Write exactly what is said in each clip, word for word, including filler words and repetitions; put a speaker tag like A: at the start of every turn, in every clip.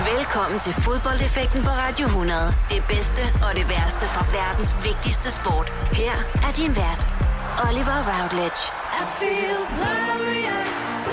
A: Velkommen til Fodboldeffekten på Radio hundrede. Det bedste og det værste fra verdens vigtigste sport. Her er din vært, Oliver Routledge. I feel glorious,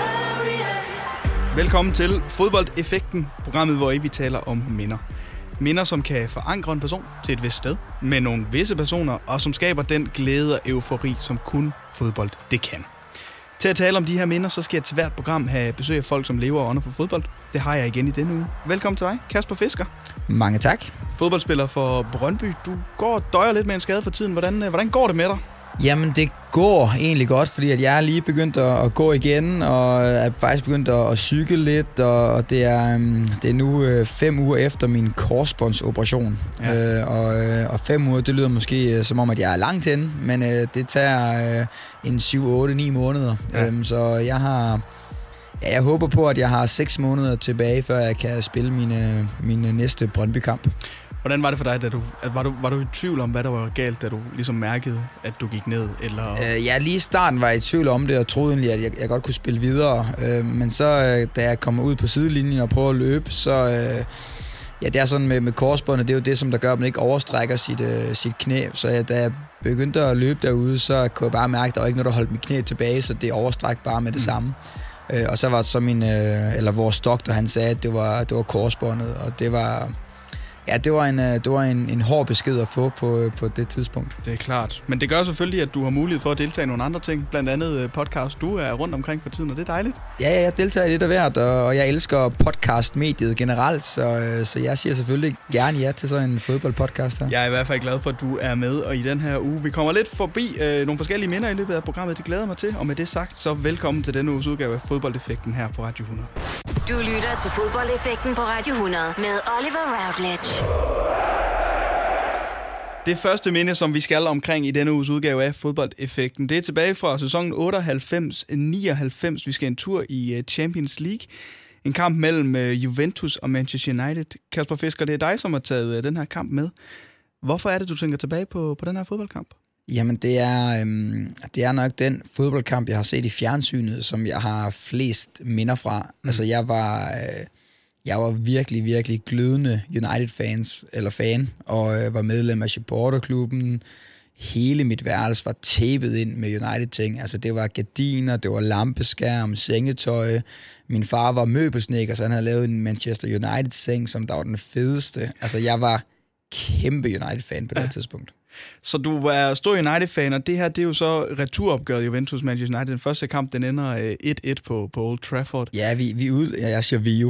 A: glorious.
B: Velkommen til Fodboldeffekten, programmet, hvor vi taler om minder. Minder, som kan forankre en person til et vist sted, med nogle visse personer, og som skaber den glæde og eufori, som kun fodbold det kan. Til at tale om de her minder, så skal jeg til hvert program have besøg af folk, som lever og ånder for fodbold. Det har jeg igen i denne uge. Velkommen til dig, Kasper Fisker.
C: Mange tak.
B: Fodboldspiller for Brøndby. Du går og døjer lidt med en skade for tiden. Hvordan, hvordan går det med dig?
C: Jamen, det går egentlig godt, fordi at jeg er lige begyndt at, at gå igen, og er faktisk begyndt at, at cykle lidt, og det er, det er nu fem uger efter min korsbåndsoperation. Ja. Øh, og, og fem uger, det lyder måske som om, at jeg er langt henne, men øh, det tager øh, en syv, otte, ni måneder. Ja. Øhm, så jeg har... Ja, jeg håber på, at jeg har seks måneder tilbage, før jeg kan spille mine, mine næste Brøndby-kamp.
B: Hvordan var det for dig, da du, var, du, var du i tvivl om, hvad der var galt, da du ligesom mærkede, at du gik ned? Eller?
C: Øh, ja, lige i starten var jeg i tvivl om det, og troede egentlig, at jeg, jeg godt kunne spille videre. Øh, men så, da jeg kommer ud på sidelinjen og prøver at løbe, så... Øh, ja, det er sådan med, med korsbåndet, det er jo det, som der gør, at man ikke overstrækker sit, øh, sit knæ. Så ja, da jeg begyndte at løbe derude, så kunne jeg bare mærke, at der var ikke noget, der holdt mit knæ tilbage, så det overstræk bare med det mm. samme. Øh, og så var det så min, øh, eller vores doktor, han sagde, at det var, det var korsbåndet, og det var... Ja, det var en, det var en, en hård besked at få på, på det tidspunkt.
B: Det er klart. Men det gør selvfølgelig, at du har mulighed for at deltage i nogle andre ting. Blandt andet podcast. Du er rundt omkring for tiden, og det er dejligt.
C: Ja, ja, jeg deltager i lidt af hvert, og jeg elsker podcastmediet generelt, så, så jeg siger selvfølgelig gerne ja til sådan en fodboldpodcast her.
B: Jeg er i hvert fald glad for, at du er med, og i den her uge, vi kommer lidt forbi øh, nogle forskellige minder i løbet af programmet. Det glæder mig til, og med det sagt, så velkommen til denne uges udgave af Fodboldeffekten her på Radio hundrede.
A: Du lytter til Fodboldeffekten på Radio hundrede med Oliver Routledge.
B: Det første minde, som vi skal omkring i denne uges udgave af Fodboldeffekten, det er tilbage fra sæsonen otteoghalvfems nioghalvfems. Vi skal en tur i Champions League. En kamp mellem Juventus og Manchester United. Kasper Fisker, det er dig, som har taget den her kamp med. Hvorfor er det, du tænker tilbage på, på den her fodboldkamp?
C: Jamen, det er, øhm, det er nok den fodboldkamp, jeg har set i fjernsynet, som jeg har flest minder fra. Mm. Altså, jeg var... Øh, Jeg var virkelig, virkelig glødende United-fans, eller fan, og øh, var medlem af supporterklubben. Hele mit værelse var tapet ind med United-ting. Altså, det var gardiner, det var lampeskærm, sengetøj. Min far var møbelsnedker, så han havde lavet en Manchester United-seng, som der var den fedeste. Altså, jeg var kæmpe United-fan på det ja. tidspunkt.
B: Så du er stor United-fan, og det her, det er jo så returopgøret Juventus Manchester United. Den første kamp, den ender et et på, på Old Trafford.
C: Ja, vi, vi ud, jeg siger vi jo.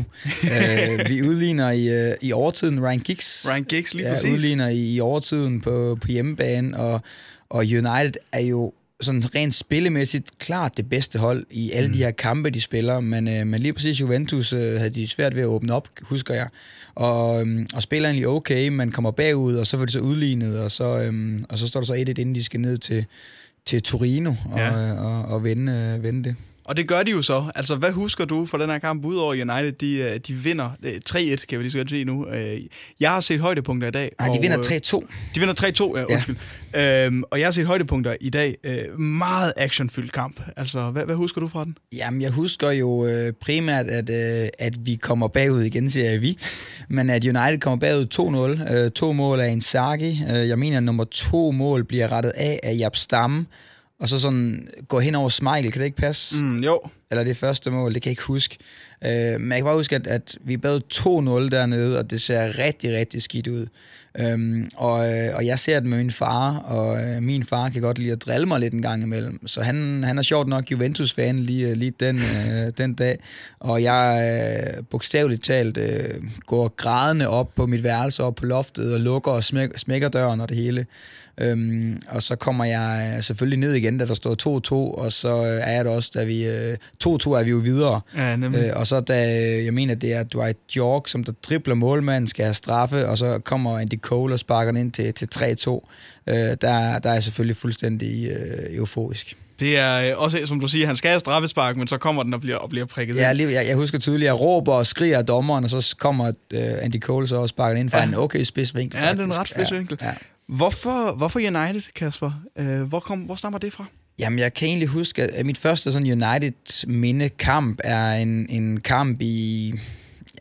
C: uh, vi udligner i, uh, i overtiden Ryan Giggs.
B: Ryan Giggs, lige
C: ja,
B: præcis.
C: udligner i, i overtiden på, på hjemmebane, og, og United er jo sådan rent spillemæssigt klart det bedste hold i alle mm. de her kampe, de spiller, men, øh, men lige præcis Juventus øh, havde de svært ved at åbne op, husker jeg, og, øh, og spiller egentlig okay, men kommer bagud, og så var det så udlignet, og så, øh, og så står der så et et, inden de skal ned til, til Torino og, ja. og, og, og vende, øh, vende det.
B: Og det gør de jo så. Altså, hvad husker du for den her kamp? Udover United, de, de vinder tre et, kan vi lige så godt se nu. Jeg har set højdepunkter i dag.
C: Nej, de vinder tre to.
B: De vinder tre to, ja, undskyld. Ja. Øhm, og jeg har set højdepunkter i dag. Meget actionfyldt kamp. Altså, hvad, hvad husker du fra den?
C: Jamen, jeg husker jo øh, primært, at, øh, at vi kommer bagud igen, siger jeg vi. Men at United kommer bagud to nul. Øh, to mål af Inzaghi. Øh, jeg mener, at nummer to mål bliver rettet af af Jaap Stam. Og så sådan gå hen over Schmeichel, kan det ikke passe?
B: Mm, jo.
C: Eller det første mål, det kan jeg ikke huske. Uh, men jeg kan bare huske, at, at vi bad to nul dernede, og det ser rigtig, rigtig skidt ud. Um, og, og jeg ser det med min far, og uh, min far kan godt lide at drille mig lidt en gang imellem. Så han, han er sjovt nok Juventus-fan lige, lige den, uh, den dag. Og jeg uh, bogstaveligt talt uh, går grædende op på mit værelse, op på loftet, og lukker og smæk, smækker døren og det hele. Øhm, og så kommer jeg selvfølgelig ned igen, da der står to to, og så er jeg der også, da vi to to er vi jo videre. Ja, øh, og så da, jeg mener, det er Dwight York, som der dribler målmanden, skal have straffe, og så kommer Andy Cole og sparker den ind til, til tre to. Øh, der, der er jeg selvfølgelig fuldstændig øh, euforisk.
B: Det er også, som du siger, han skal have straffespark, men så kommer den og bliver, og bliver prikket.
C: Ja, lige, jeg, jeg husker tydeligt, at jeg råber og skriger af dommeren, og så kommer uh, Andy Cole så og sparker den ind fra ja. en okay spidsvinkel.
B: Ja, det er en ret spidsvinkel. Ja, ja. Hvorfor, hvorfor United, Kasper? Uh, hvor, kom, hvor stammer det fra?
C: Jamen, jeg kan egentlig huske, at mit første sådan United-minde-kamp er en, en kamp i...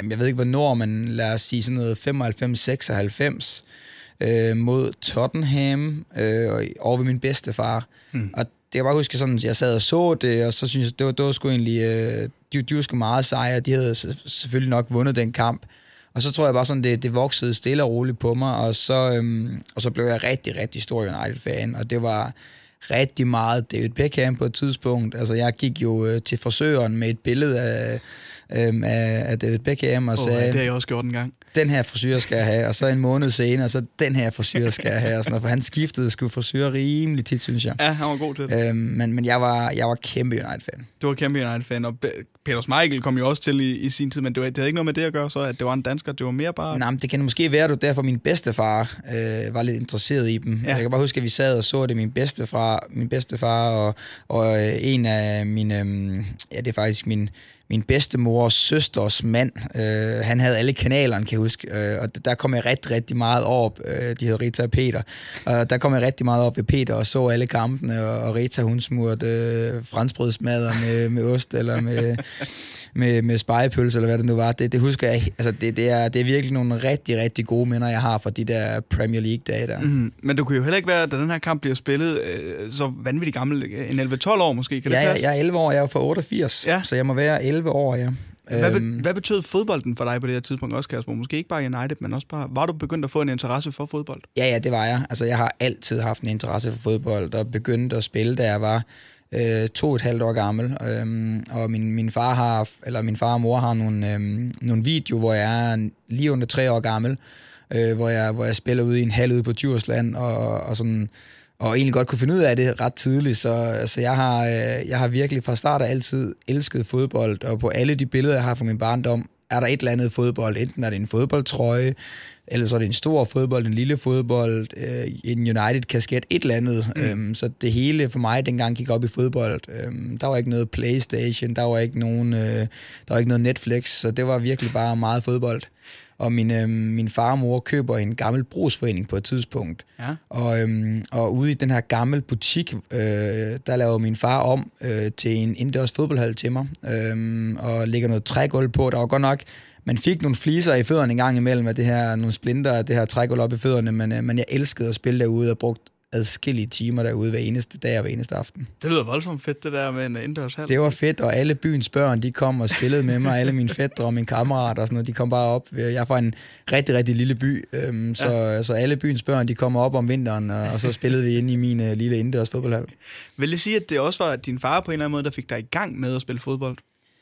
C: jamen jeg ved ikke hvornår, men lad os sige sådan noget femoghalvfems seksoghalvfems øh, mod Tottenham øh, over ved min bedstefar. Mm. Og det kan bare huske sådan, at jeg sad og så det, og så synes jeg, det var, det var sgu egentlig, øh, de, de var sgu meget sejre, de havde selvfølgelig nok vundet den kamp. Og så tror jeg bare sådan, det, det voksede stille og roligt på mig, og så, øhm, og så blev jeg rigtig, rigtig stor United-fan, og det var rigtig meget David Beckham på et tidspunkt. Altså jeg gik jo øh, til frisøren med et billede af, øh, af, af David Beckham og sagde,
B: oh, det har jeg også gjort en gang.
C: Den her frisyr skal jeg have, og så en måned senere, så den her frisyr skal jeg have, og sådan noget, for han skiftede sgu frisyr rimelig tit, synes jeg.
B: Ja, han var god til det.
C: Øhm, men men jeg, var, jeg var kæmpe United-fan.
B: Du var kæmpe United-fan, og Peter Schmeichel kom jo også til i, i sin tid, men det, var, det havde ikke noget med det at gøre, så at det var en dansker, det var mere bare...
C: Nej, men det kan måske være, at derfor min bedstefar øh, var lidt interesseret i dem. Ja. Jeg kan bare huske, at vi sad og så det, min bedstefar, min bedstefar og, og øh, en af mine... Øh, ja, det er faktisk min... Min bedstemors søsters mand, øh, han havde alle kanalerne, kan jeg huske, øh, og der kom jeg rigtig, rigtig meget op. Øh, de hed Rita og Peter, og der kom jeg rigtig meget op ved Peter og så alle kampene, og, og Rita, hun smurte øh, franskbrødsmadder med, med ost, eller med, med, med spegepølse, eller hvad det nu var. Det, det husker jeg, altså det, det, er, det er virkelig nogle rigtig, rigtig gode minder, jeg har fra de der Premier League-dage der. Mm,
B: men du kunne jo heller ikke være, da den her kamp bliver spillet, øh, så vanvittigt gammel, en elleve tolv år måske, kan det
C: ja,
B: passe?
C: Ja, jeg er elleve år, jeg er fra otteogfirs, ja. Så jeg må være elleve år, ja.
B: Hvad, be, hvad betød fodbolden for dig på det her tidspunkt også, Kasper? Måske ikke bare United, men også bare... Var du begyndt at få en interesse for fodbold?
C: Ja, ja, det var jeg. Altså, jeg har altid haft en interesse for fodbold, og begyndte at spille, da jeg var øh, to og et halvt år gammel. Øhm, og min, min far har, eller min far og mor har nogle, øhm, nogle videoer, hvor jeg er lige under tre år gammel, øh, hvor, jeg, hvor jeg spiller ude i en hal ude på Djursland, og, og sådan... og egentlig godt kunne finde ud af det ret tidligt, så altså, jeg, har, øh, jeg har virkelig fra start af altid elsket fodbold, og på alle de billeder, jeg har fra min barndom, er der et eller andet fodbold. Enten er det en fodboldtrøje, eller så er det en stor fodbold, en lille fodbold, øh, en United-kasket, et eller andet. Mm. Øhm, så det hele for mig dengang gik op i fodbold. Øhm, der var ikke noget PlayStation, der var ikke nogen, øh, der var ikke noget Netflix, så det var virkelig bare meget fodbold. Og min, øh, min far og mor køber en gammel brugsforening på et tidspunkt. Ja. Og, øh, og ude i den her gamle butik, øh, der laver min far om øh, til en indendørs fodboldhal til mig. Øh, og lægger noget trægulv på. Der var godt nok, man fik nogle fliser i fødderne en gang imellem, af det her, nogle splinter af det her trægulv op i fødderne, men, øh, men jeg elskede at spille derude og brugt adskillige timer derude hver eneste dag og hver eneste aften.
B: Det lyder voldsomt fedt, det der med en indendørshal.
C: Det var fedt, og alle byens børn, de kom og spillede med mig, alle mine fætre og mine kammerater og sådan noget, de kom bare op. Jeg er fra en rigtig, rigtig lille by, øhm, så, ja. så alle byens børn, de kommer op om vinteren, og, og så spillede vi inde i min uh, lille indendørs fodboldhal.
B: Vil det sige, at det også var din far på en eller anden måde, der fik dig i gang med at spille fodbold?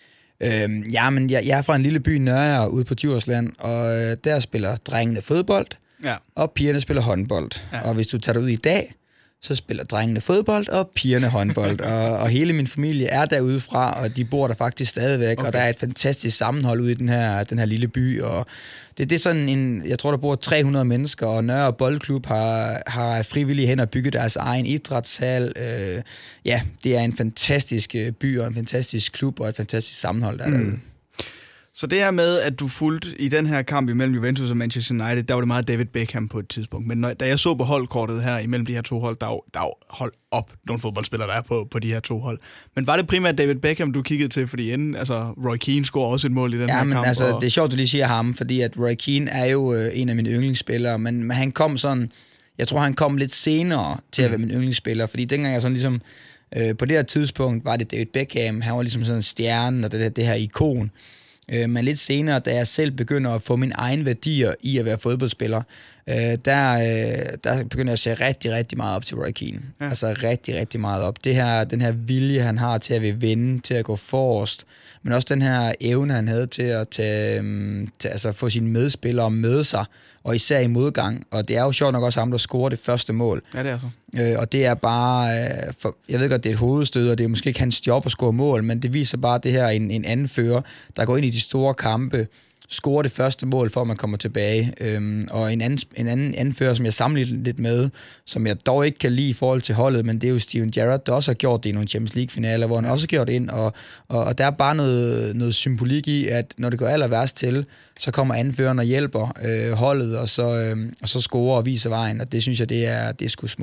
C: Øhm, ja, men jeg, jeg er fra en lille by, Nørre, ude på Djursland, og øh, der spiller drengene fodbold, ja. Og pigerne spiller håndbold. Ja. Og hvis du tager dig ud i dag, så spiller drengene fodbold, og pigerne håndbold. og, og hele min familie er derude fra, og de bor der faktisk stadigvæk, okay. Og der er et fantastisk sammenhold ude i den her, den her lille by, og det, det er sådan en, jeg tror, der bor tre hundrede mennesker, og Nørre Boldklub har, har frivillige hen og bygget deres egen idrætshal. Øh, ja, det er en fantastisk by, og en fantastisk klub, og et fantastisk sammenhold, der er derude. Mm.
B: Så det her med, at du fulgte i den her kamp imellem Juventus og Manchester United, der var det meget David Beckham på et tidspunkt. Men når, da jeg så på holdkortet her imellem de her to hold, der er jo, der er jo hold op nogle fodboldspillere, der er på, på de her to hold. Men var det primært David Beckham, du kiggede til? Fordi inden, altså Roy Keane scorer også et mål i den
C: ja,
B: her
C: men
B: kamp.
C: Altså,
B: og...
C: det er sjovt, du lige siger ham, fordi at Roy Keane er jo øh, en af mine yndlingsspillere, men, men han kom sådan, jeg tror han kom lidt senere til at være min yndlingsspiller, fordi dengang jeg sådan ligesom, øh, på det her tidspunkt var det David Beckham, han var ligesom sådan en stjerne og det, det her ikon. Men lidt senere, da jeg selv begynder at få mine egne værdier i at være fodboldspiller, der, der begynder jeg at se rigtig, rigtig meget op til Roy Keane. Ja. Altså rigtig, rigtig meget op. Det her, den her vilje, han har til at vil vinde, til at gå forrest, men også den her evne, han havde til at tage, til, altså få sine medspillere med sig, og især i modgang. Og det er jo sjovt nok også ham, der scorer det første mål.
B: Ja, det er så.
C: Øh, og det er bare, øh, for, jeg ved godt, det er et hovedstød, og det er måske ikke hans job at score mål, men det viser bare det her, en, en anfører, der går ind i de store kampe, scorer det første mål, for at man kommer tilbage. Øhm, og en anden, en anden anfører, som jeg sammenligner lidt med, som jeg dog ikke kan lide i forhold til holdet, men det er jo Steven Gerrard, der også har gjort det i nogle Champions League-finaler, hvor han også har gjort det ind, og, og, og der er bare noget, noget symbolik i, at når det går aller værst til, så kommer anføreren og hjælper øh, holdet, og så, øh, og så scorer og viser vejen, og det synes jeg, det er, det er sgu smukt.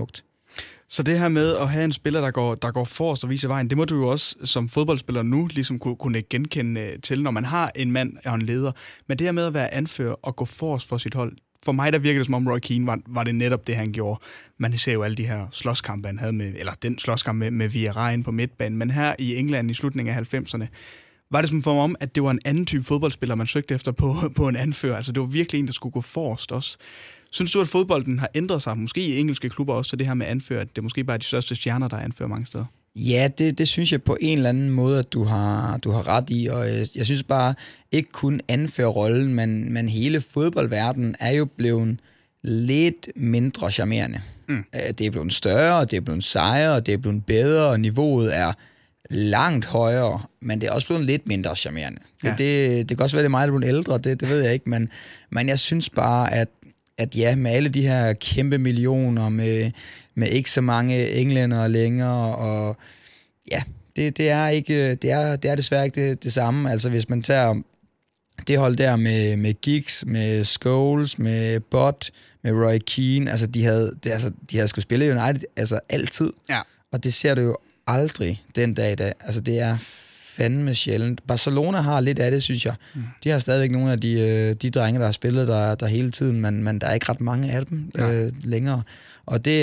B: Så det her med at have en spiller, der går, der går forrest og viser vejen, det må du jo også som fodboldspiller nu ligesom kunne, kunne genkende til, når man har en mand og en leder. Men det her med at være anfører og gå forrest for sit hold, for mig der virkede det som om Roy Keane var, var det netop det, han gjorde. Man ser jo alle de her slåskampe, han havde med, eller den slåskamp med, med Vieira på midtbanen, men her i England i slutningen af halvfemserne, var det som for mig om, at det var en anden type fodboldspiller, man søgte efter på, på en anfører. Altså det var virkelig en, der skulle gå forrest også. Synes du, at fodbolden har ændret sig, måske i engelske klubber også, til det her med anfører, at det måske bare er de største stjerner, der anfører mange steder?
C: Ja, det, det synes jeg på en eller anden måde, at du har, du har ret i, og jeg, jeg synes bare ikke kun anfører rollen, men, men hele fodboldverdenen er jo blevet lidt mindre charmerende. Mm. Det er blevet større, det er blevet sejere, det er blevet bedre, og niveauet er langt højere, men det er også blevet lidt mindre charmerende. Ja. Det, det, det kan også være, det er mig, der er blevet ældre, det, det ved jeg ikke, men, men jeg synes bare, at at ja, med alle de her kæmpe millioner, med, med ikke så mange englændere længere, og ja, det, det, er, ikke, det, er, det er desværre ikke det, det samme. Altså hvis man tager det hold der med, med Giggs, med Scholes, med Butt, med Roy Keane, altså de havde, det, altså, de havde sgu spillet United altså altid, ja. Og det ser du jo aldrig den dag i dag. Altså det er fandme sjældent. Barcelona har lidt af det, synes jeg. Mm. De har stadigvæk nogle af de, de drenge, der har spillet der, der hele tiden, men, men der er ikke ret mange af dem øh, længere. Og det,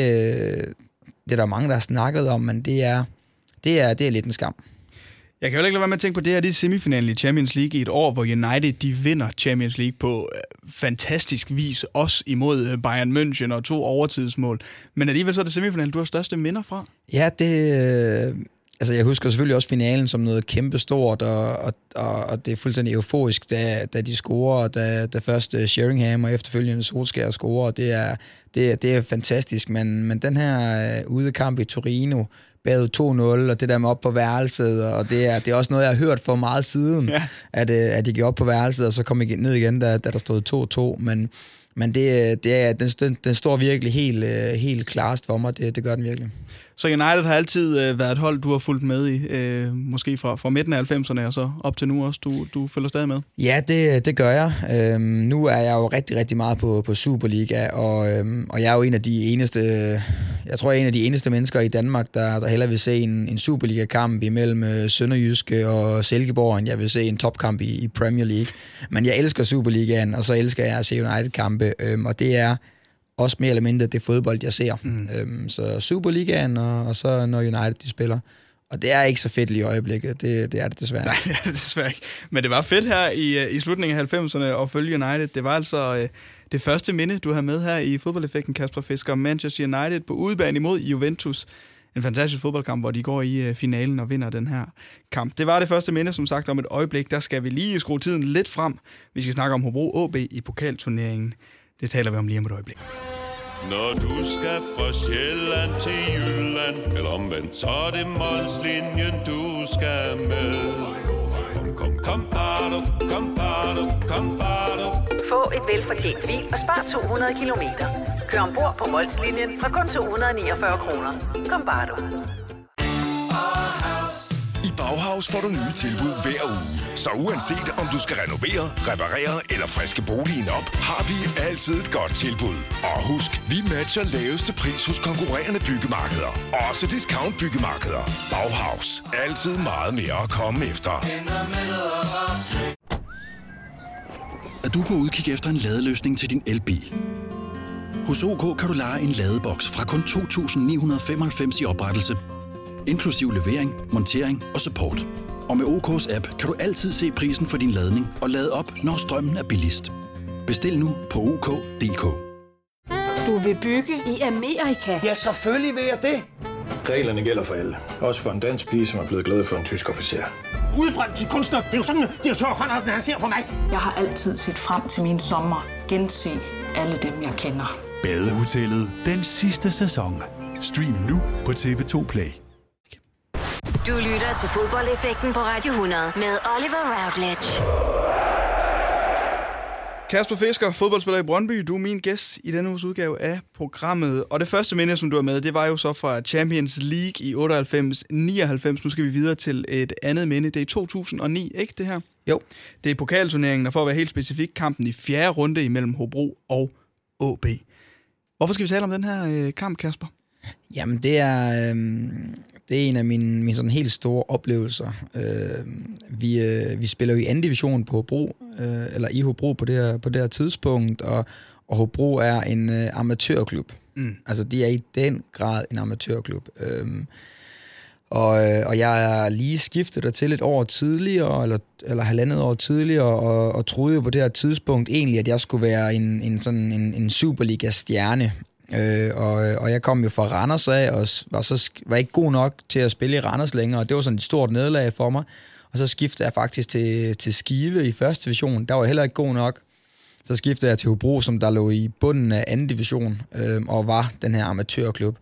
C: det er der mange, der har snakket om, men det er, det er, det er lidt en skam.
B: Jeg kan jo ikke lade være med at tænke på det her, det er semifinalen i Champions League i et år, hvor United de vinder Champions League på fantastisk vis, også imod Bayern München og to overtidsmål. Men alligevel så er det semifinalen, du har største minder fra.
C: Ja, det... Altså, jeg husker selvfølgelig også finalen som noget kæmpestort, og, og, og det er fuldstændig euforisk, da, da de scorer, da, da først Sheringham og efterfølgende Solskjaer scorer. Det er, det, er, det er fantastisk, men, men den her uh, udekamp i Torino, bagud to nul, og det der med op på værelset, og det er, det er også noget, jeg har hørt for meget siden, ja. at, at de gik op på værelset, og så kom jeg ned igen, da, da der stod to to, men, men det, det er, den, den står virkelig helt, helt klarest for mig, det, det gør den virkelig.
B: Så United har altid øh, været et hold, du har fulgt med i, øh, måske fra, fra midten af halvfemserne, og så op til nu også, du, du følger stadig med?
C: Ja, det, det gør jeg. Øhm, nu er jeg jo rigtig, rigtig meget på, på Superliga, og, øhm, og jeg er jo en af de eneste, jeg tror jeg er en af de eneste mennesker i Danmark, der, der hellere vil se en, en Superliga-kamp imellem Sønderjyske og Silkeborg, end jeg vil se en topkamp i, i Premier League. Men jeg elsker Superligaen, og så elsker jeg at se United-kampe, øhm, og det er også mere eller mindre det fodbold, jeg ser. Mm. Øhm, så Superligaen, og, og så når United de spiller. Og det er ikke så fedt lige i øjeblikket. Det, det er det desværre.
B: Nej, det er det desværre ikke. Men det var fedt her i, i slutningen af halvfemserne at følge United. Det var altså øh, det første minde, du har med her i fodboldeffekten, Kasper Fisker. Manchester United på udebane imod Juventus. En fantastisk fodboldkamp, hvor de går i øh, finalen og vinder den her kamp. Det var det første minde, som sagt, om et øjeblik. Der skal vi lige skrue tiden lidt frem. Vi skal snakke om Hobro A B i pokalturneringen. Det taler vi om lige om et øjeblik.
D: Når du skal fra Sjælland til Jylland, eller omvendt, så er det Molslinjen, du skal med. Kom, kom, kom, bado, kom, bado, kom, bado.
A: Få et velfortjent bil og spar to hundrede kilometer. Kør ombord på Molslinjen fra kun to hundrede niogfyrre kroner. Kom, bado.
E: I Bauhaus får du nye tilbud hver uge. Så uanset om du skal renovere, reparere eller friske boligen op, har vi altid et godt tilbud. Og husk, vi matcher laveste pris hos konkurrerende byggemarkeder. Også discount byggemarkeder. Bauhaus. Altid meget mere at komme efter.
F: Er du på udkig efter en ladeløsning til din elbil? Hos OK kan du leje en ladeboks fra kun to tusind ni hundrede femoghalvfems i oprettelse, inklusiv levering, montering og support. Og med O K's app kan du altid se prisen for din ladning og lade op, når strømmen er billigst. Bestil nu på O K punktum D K.
G: Du vil bygge i Amerika?
H: Ja, selvfølgelig vil jeg det. Reglerne gælder for alle. Også for en dansk pige, som er blevet glad for en tysk officer.
I: Udbrændt til kunstner. Det er jo sådan, at de har tørt, han ser på mig.
J: Jeg har altid set frem til min sommer. Gense alle dem, jeg kender.
K: Badehotellet. Den sidste sæson. Stream nu på T V to Play.
A: Du lytter til fodboldeffekten på Radio hundrede med Oliver Routledge.
B: Kasper Fisker, fodboldspiller i Brøndby. Du er min gæst i denne uges udgave af programmet. Og det første minde, som du er med, det var jo så fra Champions League i otteoghalvfems nioghalvfems. Nu skal vi videre til et andet minde. Det er i to tusind og ni, ikke det her?
C: Jo.
B: Det er pokalturneringen, og for at være helt specifik, kampen i fjerde runde imellem Hobro og A B. Hvorfor skal vi tale om den her øh, kamp, Kasper?
C: Jamen, det er, øh, det er en af mine, mine sådan helt store oplevelser. Øh, vi, øh, vi spiller jo i anden division på Hobro, øh, eller i Hobro på det her, på det her tidspunkt, og, og Hobro er en øh, amatørklub. Mm. Altså, de er i den grad en amatørklub. Øh, og, og jeg er lige skiftet der til et år tidligere, eller, eller halvandet år tidligere, og, og troede jo på det her tidspunkt egentlig, at jeg skulle være en, en, sådan en, en Superliga-stjerne. Øh, og, og jeg kom jo fra Randers af, og var, så, var ikke god nok til at spille i Randers længere, og det var sådan et stort nederlag for mig. Og så skiftede jeg faktisk til, til Skive i første division. Der var jeg heller ikke god nok. Så skiftede jeg til Hobro, som der lå i bunden af anden division, øh, og var den her amatørklub.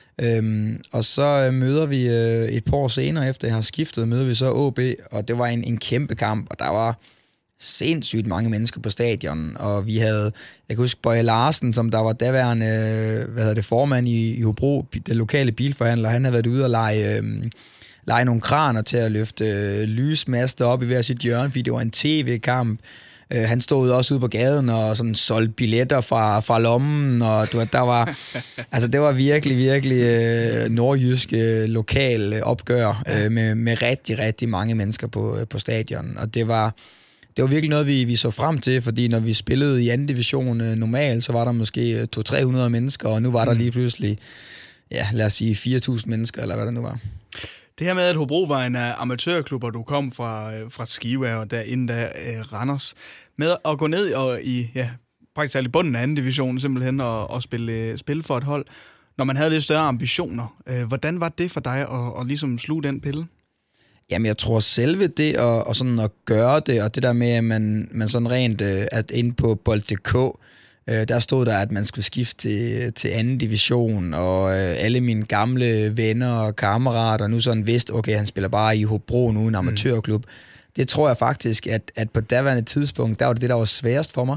C: Øhm, og så møder vi øh, et par år senere, efter jeg har skiftet, møder vi så O B, og det var en, en kæmpe kamp, og der var sindssygt mange mennesker på stadion, og vi havde, jeg kan huske Bøje Larsen, som der var daværende, hvad hedder det, formand i, i Hobro, den lokale bilforhandler, han havde været ude og lege, øh, lege nogle kraner til at løfte øh, lysmaster op i hver sit hjørne, fordi det var en tv-kamp. Øh, han stod også ude på gaden og sådan solgte billetter fra, fra lommen, og du ved, der var, altså det var virkelig, virkelig øh, nordjysk øh, lokal øh, opgør øh, med, med rigtig, rigtig mange mennesker på, øh, på stadion, og det var Det var virkelig noget, vi, vi så frem til, fordi når vi spillede i anden division øh, normalt, så var der måske to til tre hundrede mennesker, og nu var der lige pludselig, ja, lad os sige fire tusind mennesker, eller hvad der nu var.
B: Det her med, at Hobro var en uh, amatørklub, og du kom fra, uh, fra Skive og derinde der uh, Randers, med at gå ned og i, ja, praktisk talt i bunden af anden division, simpelthen, og, og spille, spille for et hold, når man havde lidt større ambitioner. Uh, hvordan var det for dig at, at ligesom sluge den pille?
C: Jamen, jeg tror selve det at, og sådan at gøre det, og det der med, at man, man sådan rent, at inde på bold punktum d k, øh, der stod der, at man skulle skifte til, til anden division, og øh, alle mine gamle venner og kammerater nu sådan vidste, okay, han spiller bare i Hobro nu, en amatørklub. Mm. Det tror jeg faktisk, at, at på daværende tidspunkt, der var det det, der var sværest for mig.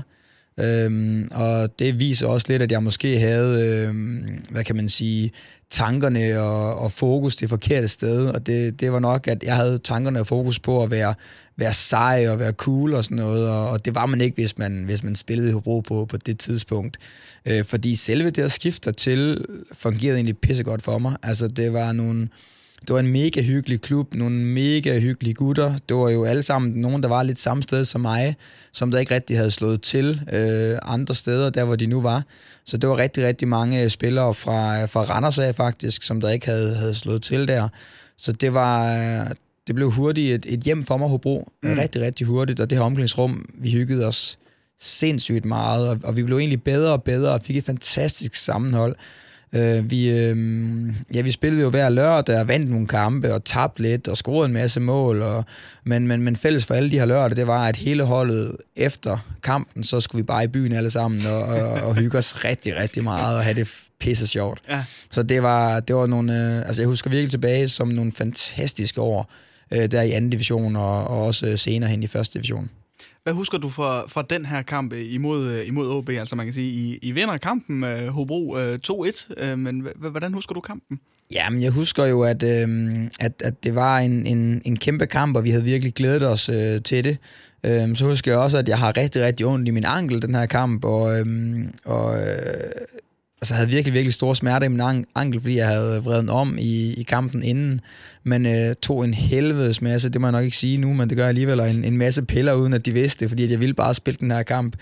C: Øhm, og det viser også lidt, at jeg måske havde, øhm, hvad kan man sige, tankerne og, og fokus det forkerte sted, og det, det var nok, at jeg havde tankerne og fokus på at være, være sej og være cool og sådan noget, og, og det var man ikke, hvis man, hvis man spillede i Hobro på, på det tidspunkt. Øh, fordi selve det at skifte til fungerede egentlig pissegodt for mig. Altså det var nogle... Det var en mega hyggelig klub, nogle mega hyggelige gutter. Det var jo alle sammen nogen, der var lidt samme sted som mig, som der ikke rigtig havde slået til øh, andre steder, der hvor de nu var. Så det var rigtig, rigtig mange spillere fra, fra Randers af faktisk, som der ikke havde, havde slået til der. Så det var... Det blev hurtigt et, et hjem for mig, Hobro. Mm. Rigtig, rigtig hurtigt, og det her omklædningsrum, vi hyggede os sindssygt meget, og, og vi blev egentlig bedre og bedre, og fik et fantastisk sammenhold. Uh, vi, uh, ja, vi spillede jo hver lørdag og vandt nogle kampe og tabte lidt og scorede en masse mål. Og, men, men, men fælles for alle de her lørdag, det var, at hele holdet efter kampen, så skulle vi bare i byen alle sammen og, og, og hygge os rigtig, rigtig meget og have det pisse sjovt. Ja. Så det var, det var nogle, uh, altså jeg husker virkelig tilbage som nogle fantastiske år uh, der i anden division og, og også senere hen i første division.
B: Hvad husker du fra, fra den her kamp imod, imod O B? Altså man kan sige, I, I vinder kampen, uh, Hobro uh, to et, uh, men h- hvordan husker du kampen?
C: Jamen, jeg husker jo, at, øh, at, at det var en, en, en kæmpe kamp, og vi havde virkelig glædet os øh, til det. Øh, så husker jeg også, at jeg har rigtig, rigtig ondt i min ankel, den her kamp, og, øh, og øh, altså, jeg havde virkelig, virkelig store smerter i min ankel, fordi jeg havde vredet den om i, i kampen inden, men øh, tog en helvedes masse, det må jeg nok ikke sige nu, men det gør jeg alligevel, en, en masse piller, uden at de vidste det, fordi at jeg ville bare spille den her kamp.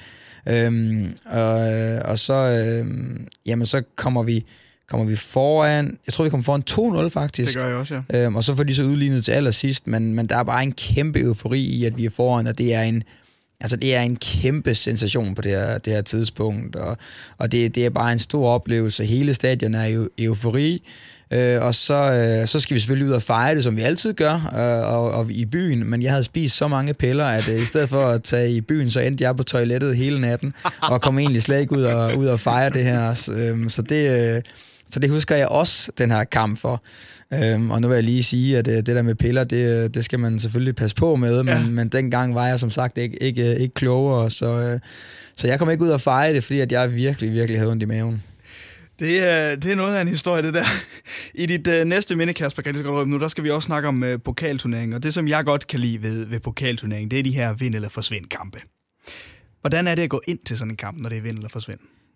C: Øhm, og, og så, øh, jamen, så kommer vi, kommer vi foran, jeg tror vi kommer foran to nul faktisk.
B: Det gør jeg også, ja.
C: Øhm, og så får de så udlignet til allersidst, men, men der er bare en kæmpe eufori i, at vi er foran, og det er en, altså det er en kæmpe sensation på det her, det her tidspunkt, og, og det, det er bare en stor oplevelse. Hele stadion er jo eufori, øh, og så, øh, så skal vi selvfølgelig ud og fejre det, som vi altid gør, øh, og, og i byen, men jeg havde spist så mange piller, at øh, i stedet for at tage i byen, så endte jeg på toilettet hele natten, og kom egentlig slet ikke ud og, ud og fejre det her. Så, øh, så, det, øh, så det husker jeg også, den her kamp for. Øhm, og nu vil jeg lige sige, at det der med piller, det, det skal man selvfølgelig passe på med, men, ja. men dengang var jeg som sagt ikke, ikke, ikke klogere, så, så jeg kom ikke ud og fejre det, fordi at jeg virkelig, virkelig havde ondt i maven.
B: Det er, det er noget af en historie, det der. I dit uh, næste minde, Kasper, kan jeg godt røbe nu, der skal vi også snakke om uh, pokalturneringen, og det, som jeg godt kan lide ved, ved pokalturneringen, det er de her vind- eller forsvind-kampe. Hvordan er det at gå ind til sådan en kamp, når det er vind- eller forsvind?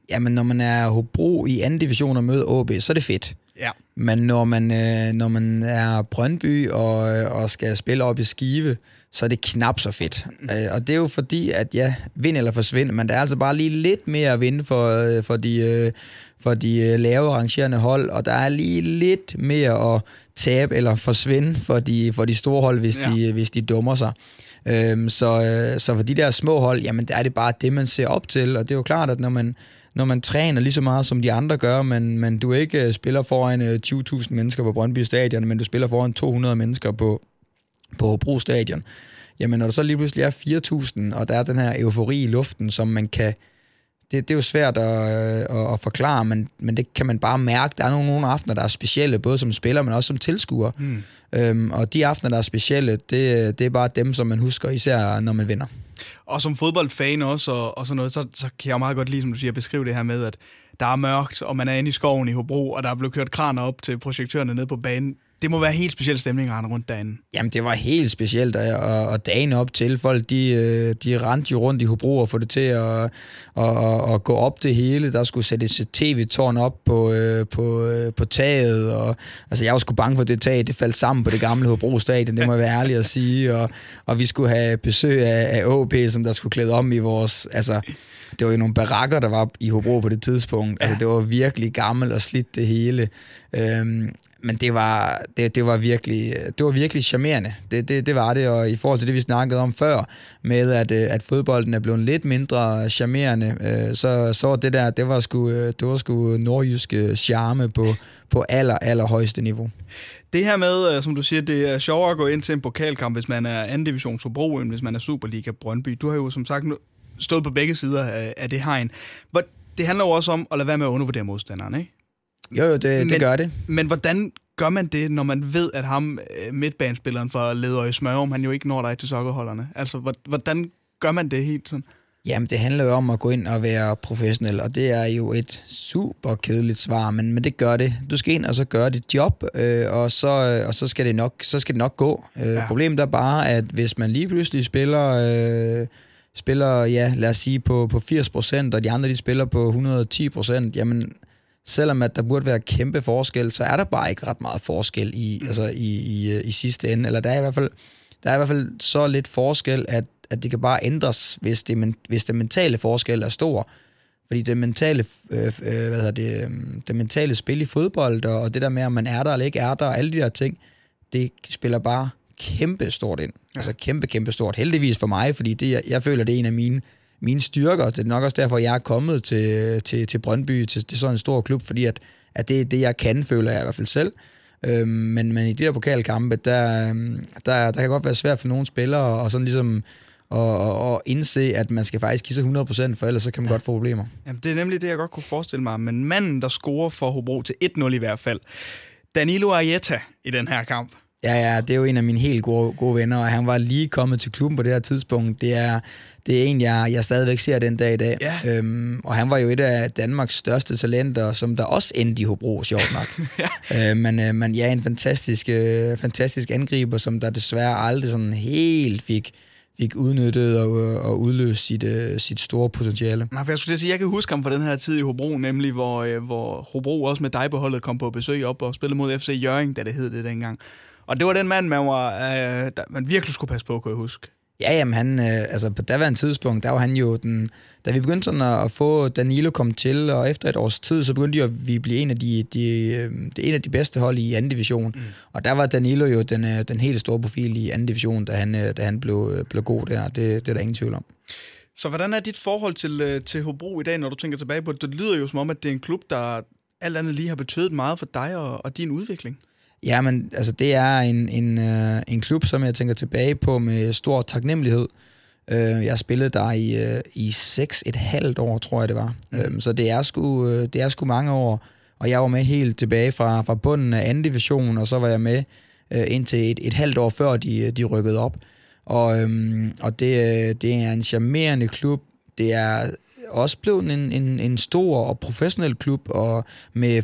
C: Jamen, når man er Hobro i anden division og møder A B, så er det fedt.
B: Ja.
C: Men når man, øh, når man er Brøndby og, og skal spille op i Skive, så er det knap så fedt. Mm. Øh, og det er jo fordi, at ja, vind eller forsvind, men der er altså bare lige lidt mere at vinde for, for de, øh, for de lave arrangerende hold, og der er lige lidt mere at tabe eller forsvinde for de, for de store hold, hvis, ja. de, hvis de dummer sig. Øhm, så, øh, så for de der små hold, jamen der er det bare det, man ser op til, og det er jo klart, at når man når man træner lige så meget, som de andre gør, men, men du ikke spiller foran tyve tusind mennesker på Brøndby Stadion, men du spiller foran to hundrede mennesker på, på Hobro Stadion, jamen når der så lige pludselig er fire tusind, og der er den her eufori i luften, som man kan, det, det er jo svært at, at, at forklare, men, men det kan man bare mærke. Der er nogle, nogle aftener, der er specielle, både som spiller, men også som tilskuer. Mm. Øhm, og de aftener, der er specielle, det, det er bare dem, som man husker, især når man vinder.
B: Og som fodboldfan også, og, og sådan noget, så, så kan jeg meget godt lide, som du siger, beskrive det her med, at der er mørkt, og man er inde i skoven i Hobro, og der er blevet kørt kraner op til projektørerne nede på banen. Det må være helt speciel stemning at rende rundt derinde.
C: Jamen, det var helt specielt, og, og dagen op til folk, de, de rendte jo rundt i Hobro og få det til at, at, at gå op det hele. Der skulle sættes et tv-tårn op på, på, på taget, og altså, jeg var sgu bange for det tag, det faldt sammen på det gamle Hobro Stadion, det må jeg være ærlig at sige, og, og vi skulle have besøg af, af A P, som der skulle klæde om i vores, altså, det var jo nogle barakker, der var i Hobro på det tidspunkt, altså, det var virkelig gammelt og slidt det hele, øhm, men det var, det, det var virkelig, det var virkelig charmerende. Det, det, det var det, og i forhold til det, vi snakkede om før, med at, at fodbolden er blevet lidt mindre charmerende, så, så var det der, det var sgu, det var sgu nordjyske charme på, på aller, aller højeste niveau.
B: Det her med, som du siger, det er sjovere at gå ind til en pokalkamp, hvis man er anden division Hobro, end hvis man er Superliga Brøndby. Du har jo som sagt stået på begge sider af det hegn. Det handler jo også om at lade være med at undervurdere modstanderen, ikke?
C: Jo, jo, det, det
B: men,
C: gør det.
B: Men hvordan gør man det, når man ved, at ham, midtbanespilleren for Ledøje Smørum, han jo ikke når dig til sokkerholderne? Altså, hvordan gør man det helt sådan?
C: Jamen, det handler jo om at gå ind og være professionel, og det er jo et super kedeligt svar, men, men det gør det. Du skal ind og så gøre dit job, øh, og, så, og så, skal det nok, så skal det nok gå. Øh, ja. Problemet er bare, at hvis man lige pludselig spiller... Øh, spiller, ja, lad os sige, på, på firs procent, og de andre, de spiller på et hundrede og ti procent, jamen, selvom at der burde være kæmpe forskel, så er der bare ikke ret meget forskel i, mm. altså i, i, i sidste ende. Eller der er i hvert fald, der er i hvert fald så lidt forskel, at, at det kan bare ændres, hvis det, hvis det mentale forskel er stor. Fordi det mentale, øh, hvad hedder det, det mentale spil i fodbold, og, og det der med, om man er der eller ikke er der, og alle de der ting, det spiller bare kæmpe stort ind. Ja. Altså kæmpe, kæmpe stort. Heldigvis for mig, fordi det, jeg, jeg føler, det er en af mine, mine styrker. Det er nok også derfor, jeg er kommet til, til, til Brøndby, til, til sådan en stor klub, fordi at, at det er det, jeg kan, føler jeg i hvert fald selv. Øhm, men, men i de her pokalkampe, der, der, der kan godt være svært for nogle spillere, og sådan ligesom og, og indse, at man skal faktisk give sig hundrede procent, for ellers så kan man ja. godt få problemer.
B: Jamen, det er nemlig det, jeg godt kunne forestille mig. Men manden, der scorer for Hobro til et nul i hvert fald, Danilo Arieta i den her kamp.
C: Ja, ja, det er jo en af mine helt gode, gode venner, og han var lige kommet til klubben på det her tidspunkt. Det er, det er en, jeg, jeg stadigvæk ser den dag i dag. Ja. Øhm, og han var jo et af Danmarks største talenter, som der også endte i Hobro, sjovt nok. ja. øh, men, øh, men ja, en fantastisk, øh, fantastisk angriber, som der desværre aldrig sådan helt fik, fik udnyttet og, og udløst sit, øh, sit store potentiale.
B: Nej, for jeg skulle sige, jeg kan huske ham fra den her tid i Hobro, nemlig hvor, øh, hvor Hobro også med dig på holdet kom på besøg op og spillede mod F C Hjørring, da det hed det dengang. Og det var den mand, man, var, øh, der, man virkelig skulle passe på, kunne jeg huske.
C: Ja, jamen han, øh, altså på daværende tidspunkt, der var han jo den, da vi begyndte sådan at, at få Danilo kom til, og efter et års tid, så begyndte vi at blive en af de, de, de, en af de bedste hold i anden division. Mm. Og der var Danilo jo den, den helt store profil i anden division, da han, da han blev, blev god der. Det, det er der ingen tvivl om.
B: Så hvordan er dit forhold til, til Hobro i dag, når du tænker tilbage på det? Det lyder jo som om, at det er en klub, der alt andet lige har betydet meget for dig og, og din udvikling.
C: Ja, men altså, det er en, en, øh, en klub, som jeg tænker tilbage på med stor taknemmelighed. Øh, jeg spillede der i, øh, i seks et halvt år, tror jeg det var. Mm. Øh, så det er, sgu, øh, det er sgu mange år, og jeg var med helt tilbage fra, fra bunden af anden division, og så var jeg med øh, indtil et, et halvt år før de, de rykkede op. Og, øh, og det, det er en charmerende klub. Det er også blevet en, en, en stor og professionel klub, og med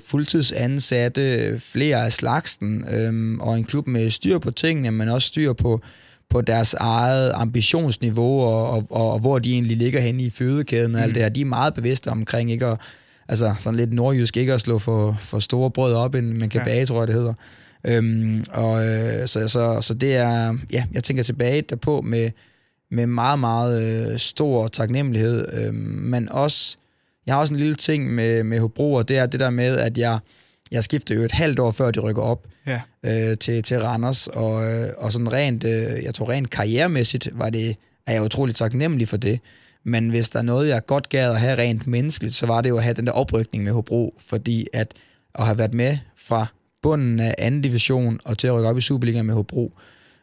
C: fuldtidsansatte, flere af slagsen, øhm, og en klub med styr på tingene, men også styr på, på deres eget ambitionsniveau, og, og, og, og hvor de egentlig ligger henne i fødekæden og alt det her. De er meget bevidste omkring ikke at, altså sådan lidt nordjysk, ikke at slå for, for store brød op, end man kan bage, tror jeg det hedder. Øhm, og øh, så, så, så det er, ja, jeg tænker tilbage derpå med, med meget, meget øh, stor taknemmelighed, øh, men også, jeg har også en lille ting med, med Hobro, og det er det der med, at jeg, jeg skifter jo et halvt år før de rykker op
B: ja.
C: øh, til, til Randers, og, øh, og sådan rent, øh, jeg tror rent karrieremæssigt, var det, er jeg utroligt taknemmelig for det, men hvis der er noget, jeg godt gad at have rent menneskeligt, så var det jo at have den der oprykning med Hobro, fordi at, at have været med fra bunden af anden division og til at rykke op i Superligaen med Hobro.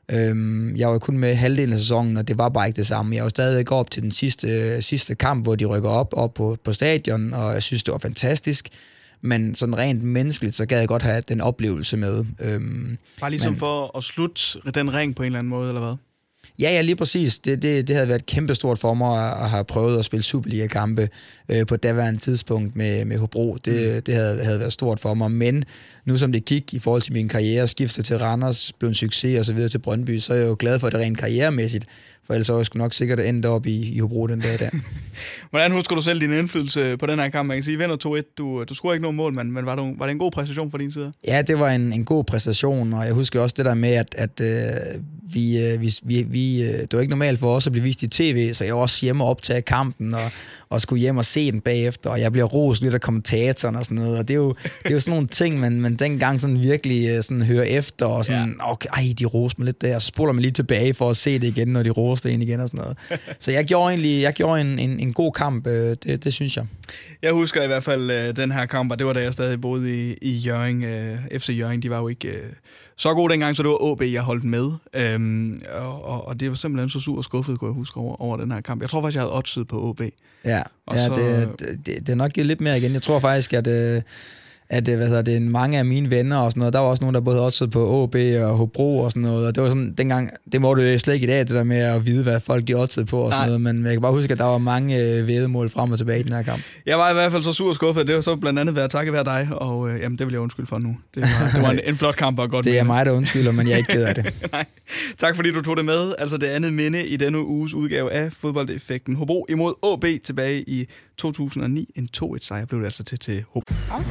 C: Øhm, jeg var jo kun med halvdelen af sæsonen, og det var bare ikke det samme. Jeg var stadigvæk op til den sidste, sidste kamp, hvor de rykker op, op på, på stadion, og jeg synes, det var fantastisk. Men sådan rent menneskeligt, så gad jeg godt have den oplevelse med. Øhm,
B: bare ligesom
C: men,
B: for at slutte den ring på en eller anden måde, eller hvad?
C: Ja, ja, lige præcis. Det, det, det havde været kæmpestort for mig at have prøvet at spille Superliga-kampe øh, på daværende tidspunkt med, med Hobro. Det, mm. det havde, havde været stort for mig. Men nu som det gik i forhold til min karriere, skifter til Randers, blev en succes og så videre til Brøndby, så er jeg jo glad for det rent karrieremæssigt. For ellers var jeg sgu nok sikkert endt op i, i Hobro den dag der.
B: Hvordan husker du selv din indflydelse på den her kamp? Man kan sige, vinder to et. Du, du scorer ikke nogen mål, men, men var, det, var det en god præstation for din side?
C: Ja, det var en, en god præstation, og jeg husker også det der med, at, at øh, vi, øh, vi, vi, vi, øh, det var ikke normalt for os at blive vist i tv, så jeg var også hjemme og optage kampen, og, og skulle hjem og se den bagefter, og jeg bliver rost lidt af kommentatoren og sådan noget, og det er jo, det er jo sådan nogle ting, man, man dengang sådan virkelig sådan hører efter, og sådan, ja. okay, ej, de roste mig lidt der, så spoler man lige tilbage for at se det igen, når de roste en igen og sådan noget. Så jeg gjorde egentlig, jeg gjorde en, en, en god kamp, det, det synes jeg.
B: Jeg husker i hvert fald den her kamp, og det var da jeg stadig boede i, i Hjørring. F C Hjørring, de var jo ikke så gode dengang, så det var O B, jeg holdt med. Øhm, og, og det var simpelthen så sur og skuffet, kunne jeg huske, over, over den her kamp. Jeg tror faktisk, jeg havde oddset på O B.
C: Ja, ja
B: så,
C: det, det, det er nok givet lidt mere igen. Jeg tror faktisk, at, at hvad hedder det, mange af mine venner og sådan noget, der var også nogen, der både havde oddset på O B og Hobro og sådan noget, og det var sådan, dengang, det må du jo slet ikke i dag, det der med at vide, hvad folk de oddsede på og sådan Nej. noget, men jeg kan bare huske, at der var mange øh, væddemål frem og tilbage i den her kamp.
B: Jeg var i hvert fald så sur og skuffet, det var så blandt andet været takket være dig, og øh, jamen, det vil jeg undskylde for nu. Det var, det var en, en flot kamp og godt
C: Det er
B: minde.
C: mig, der undskylder, men jeg er ikke ked af det.
B: Nej. Tak fordi du tog det med, altså det andet minde i denne uges udgave af Fodboldeffekten. Hobro imod O B tilbage i to tusind og ni, en to et sejr blev det altså til til Hobro.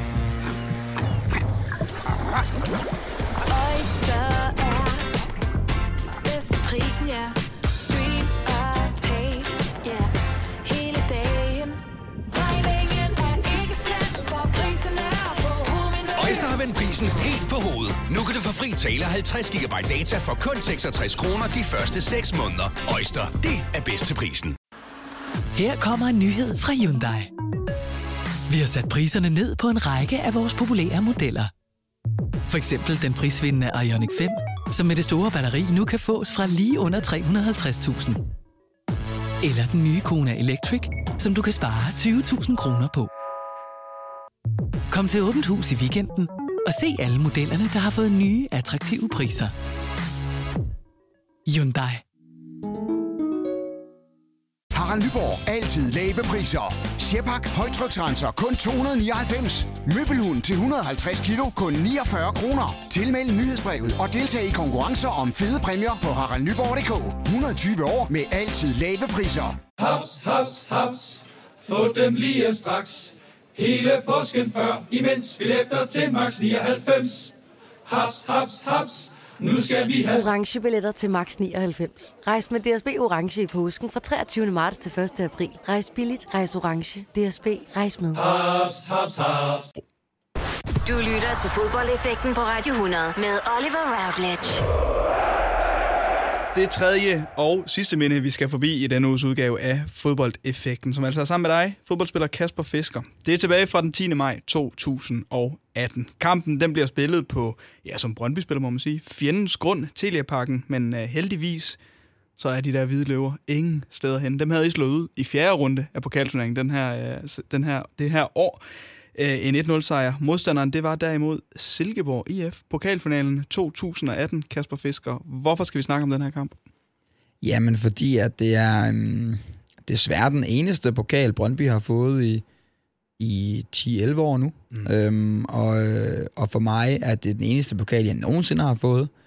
L: Oyster er bedst til prisen, ja. Stream og tag, ja. Hele dagen. Regningen er ikke slem, for prisen er på hovedet.
M: Oyster har vendt prisen helt på hovedet. Nu kan du få fri tale halvtreds gigabyte data for kun seksogtres kroner de første seks måneder. Oyster, det er bedst til prisen.
N: Her kommer en nyhed fra Hyundai. Vi har sat priserne ned på en række af vores populære modeller. For eksempel den prisvindende Ioniq fem, som med det store batteri nu kan fås fra lige under tre hundrede og halvtreds tusind. Eller den nye Kona Electric, som du kan spare tyve tusind kroner på. Kom til Åbent Hus i weekenden og se alle modellerne, der har fået nye, attraktive priser. Hyundai.
O: Harald Nyborg. Altid lave priser. Sjehpak højtryksrenser kun to hundrede og nioghalvfems. Møbelhund til et hundrede og halvtreds kilo kun niogfyrre kroner. Tilmeld nyhedsbrevet og deltag i konkurrencer om fede præmier på harald nyborg punktum d k. et hundrede og tyve år med altid lave priser.
P: Haps, haps, haps. Få dem lige straks. Hele påsken før, imens billetter til max nioghalvfems. Haps, haps, haps. Nu skal vi have
Q: orange billetter til max nioghalvfems. Rejs med D S B Orange i påsken fra treogtyvende marts til første april. Rejs billigt, rejs orange. D S B, rejs med.
P: Haps, haps, haps.
A: Du lytter til Fodboldeffekten på Radio hundrede med Oliver Routledge.
B: Det tredje og sidste minde, vi skal forbi i denne uges udgave af Fodboldeffekten, som altså er sammen med dig, fodboldspiller Kasper Fisker. Det er tilbage fra den tiende maj to tusind og atten. Kampen den bliver spillet på, ja, som Brøndby-spiller må man sige, fjendens grund, Telia-parken, men uh, heldigvis så er de der hvide løver ingen steder hen. Dem havde I slået ud i fjerde runde af pokalturneringen den her, uh, den her, det her år. Uh, en et nul sejr. Modstanderen, det var derimod Silkeborg I F. Pokalfinalen to tusind og atten. Kasper Fisker, hvorfor skal vi snakke om den her kamp?
C: Jamen, fordi at det er um, desværre den eneste pokal, Brøndby har fået i, i ti elleve år nu. Mm. Øhm, og, og for mig er det den eneste pokal, jeg nogensinde har fået.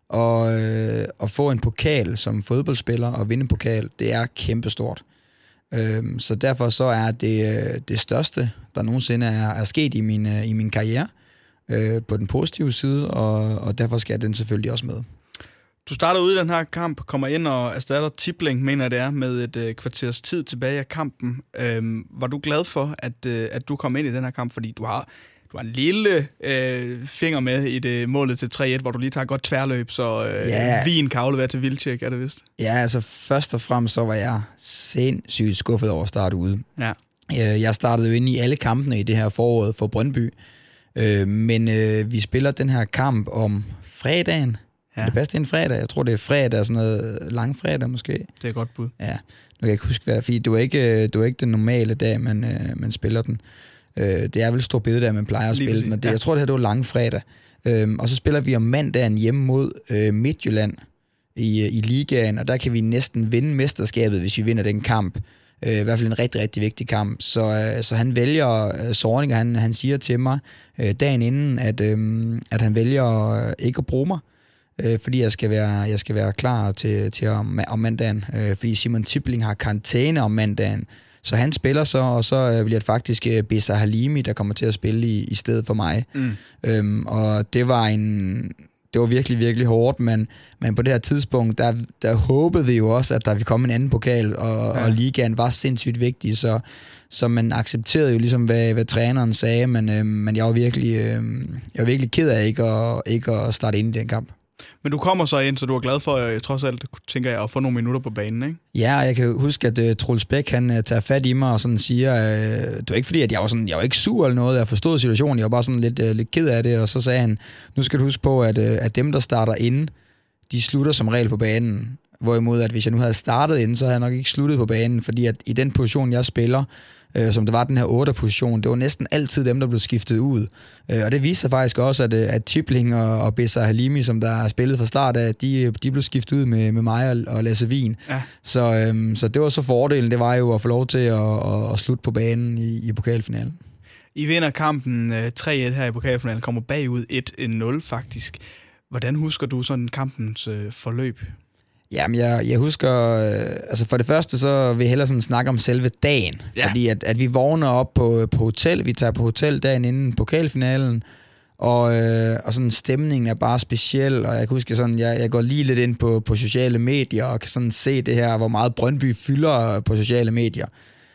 C: Og øh, at få en pokal som fodboldspiller og vinde en pokal, det er kæmpestort. Øh, så derfor så er det det største, der nogensinde er, er sket i min, i min karriere øh, på den positive side, og, og derfor skal den selvfølgelig også med.
B: Du starter ud i den her kamp, kommer ind og erstatter Tibling, mener jeg det er, med et øh, kvarters tid tilbage af kampen. Øhm, var du glad for, at, øh, at du kom ind i den her kamp, fordi du har, du har en lille øh, finger med i det målet til tre et, hvor du lige tager godt tværløb, så øh,
C: ja.
B: Wien kan aflevere til Wilczek, er det vist?
C: Ja, altså først og fremmest så var jeg sindssygt skuffet over at starte ude.
B: Ja.
C: Jeg startede jo inde i alle kampene i det her forår for Brøndby, øh, men øh, vi spiller den her kamp om fredagen. Ja. Det bedste en fredag. Jeg tror, det er fredag, sådan noget langfredag måske.
B: Det er et godt bud.
C: Ja, nu kan jeg ikke huske, hvad, fordi det var ikke, det var ikke den normale dag, man, øh, man spiller den. Øh, det er vel stor bededag, man plejer at spille den, og det, ja. Jeg tror, det her det var langfredag. Øh, og så spiller vi om mandagen hjemme mod øh, Midtjylland i, i ligaen, og der kan vi næsten vinde mesterskabet, hvis vi vinder den kamp. Øh, I hvert fald en rigtig, rigtig vigtig kamp. Så, øh, så han vælger, øh, Zornig, han, han siger til mig øh, dagen inden, at, øh, at han vælger øh, ikke at bruge mig, øh, fordi jeg skal være, jeg skal være klar til, til om, om mandagen, øh, fordi Simon Tibling har karantæne om mandagen. Så han spiller så, og så øh, bliver det faktisk øh, Besa Halimi, der kommer til at spille i, i stedet for mig. Mm. Øhm, og det var en... Det var virkelig, virkelig hårdt, men, men på det her tidspunkt, der, der håbede vi jo også, at der ville komme en anden pokal, og, ja. og ligaen var sindssygt vigtig, så, så man accepterede jo ligesom, hvad, hvad træneren sagde, men, øh, men jeg var virkelig, øh, jeg var virkelig ked af ikke at, ikke at starte ind i den kamp.
B: Men du kommer så ind, så du er glad for, jeg trods alt, tænker jeg, at få nogle minutter på banen, ikke?
C: Ja, og jeg kan huske, at uh, Troels Bæk, han uh, tager fat i mig og sådan siger, uh, det var ikke fordi, at jeg var, sådan, jeg var ikke sur eller noget, jeg forstod situationen, jeg var bare sådan lidt, uh, lidt ked af det, og så sagde han, nu skal du huske på, at, uh, at dem, der starter inde, de slutter som regel på banen. Hvorimod, at hvis jeg nu havde startet inde, så havde jeg nok ikke sluttet på banen, fordi at i den position, jeg spiller, øh, som det var den her otter-position, det var næsten altid dem, der blev skiftet ud. Øh, og det viste sig faktisk også, at, at Tibling og, og Besa Halimi, som der har spillet fra start af, de, de blev skiftet ud med, med mig og, og Lasse Wien. Ja. Så, øh, så det var så fordelen, det var jo at få lov til at, at, at slutte på banen i, i pokalfinalen.
B: I vinder kampen øh, tre et her i pokalfinalen, kommer bagud et nul faktisk. Hvordan husker du sådan kampens øh, forløb?
C: Jamen, jeg, jeg husker... Øh, altså for det første, så vil jeg hellere sådan snakke om selve dagen. Ja. Fordi at, at vi vågner op på, på hotel. Vi tager på hotel dagen inden pokalfinalen. Og, øh, og sådan stemningen er bare speciel. Og jeg kan huske, sådan, jeg, jeg går lige lidt ind på, på sociale medier og kan sådan se det her, hvor meget Brøndby fylder på sociale medier.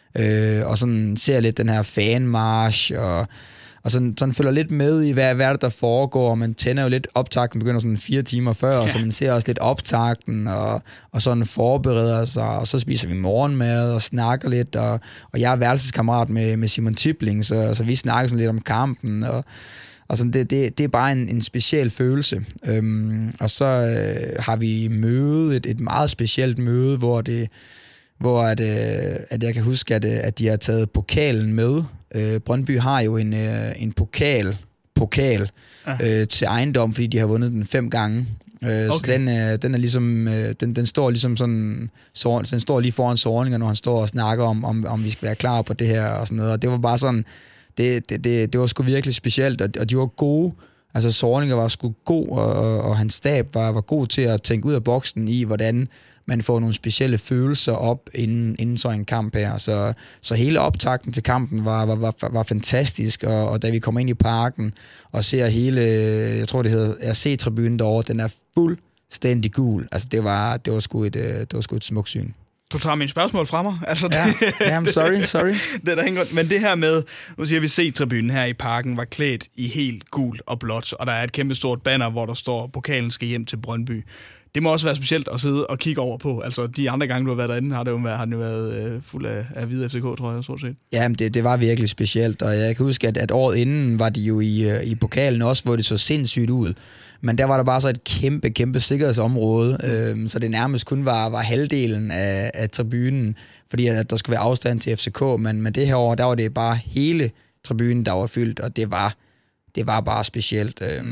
C: Øh, og sådan ser lidt den her fanmarch og... Og sådan, sådan følger lidt med i, hvad, hvad er det, der foregår, og man tænder jo lidt optakten, begynder sådan fire timer før, ja. Så man ser også lidt optakten, og, og sådan forbereder sig, og så spiser vi morgenmad, og snakker lidt, og, og jeg er værelseskammerat med, med Simon Tibling, så, så vi snakker sådan lidt om kampen, og, og sådan, det, det, det er bare en, en speciel følelse. Øhm, og så øh, har vi møde, et, et meget specielt møde, hvor det... hvor at, øh, at jeg kan huske, at, at de har taget pokalen med. Øh, Brøndby har jo en, øh, en pokal, pokal øh, til ejendom, fordi de har vundet den fem gange. Øh, okay. Så den, øh, den er ligesom, øh, den, den står ligesom sådan, så, den står lige foran Zorniger, når han står og snakker om, om, om vi skal være klar på det her og sådan noget. Og det var bare sådan, det, det, det, det var sgu virkelig specielt, og, og de var gode. Altså Zorniger var sgu god, og, og, og hans stab var, var god til at tænke ud af boksen i, hvordan man får nogle specielle følelser op inden, inden så en kamp her. Så, så hele optakten til kampen var, var, var, var fantastisk, og, og da vi kommer ind i parken og ser hele, jeg tror det hedder R C-tribunen derovre, den er fuldstændig gul. Altså det var, det var, sgu, et, det var sgu et smukt syn.
B: Du tager mine spørgsmål fra mig. Altså,
C: ja, yeah, yeah, sorry, sorry.
B: det er der men det her med, nu siger vi, C-tribunen her i parken var klædt i helt gul og blåt, og der er et kæmpe stort banner, hvor der står, pokalen skal hjem til Brøndby. Det må også være specielt at sidde og kigge over på. Altså, de andre gange, du har været derinde, har det jo været, har det jo været øh, fuld af, af hvide F C K, tror jeg, stort set.
C: Jamen, det, det var virkelig specielt, og jeg kan huske, at, at året inden var de jo i, i pokalen også, hvor det så sindssygt ud. Men der var der bare så et kæmpe, kæmpe sikkerhedsområde, øh, så det nærmest kun var, var halvdelen af, af tribunen, fordi at der skulle være afstand til F C K, men, men det her år, der var det bare hele tribunen, der var fyldt, og det var, det var bare specielt. Øh,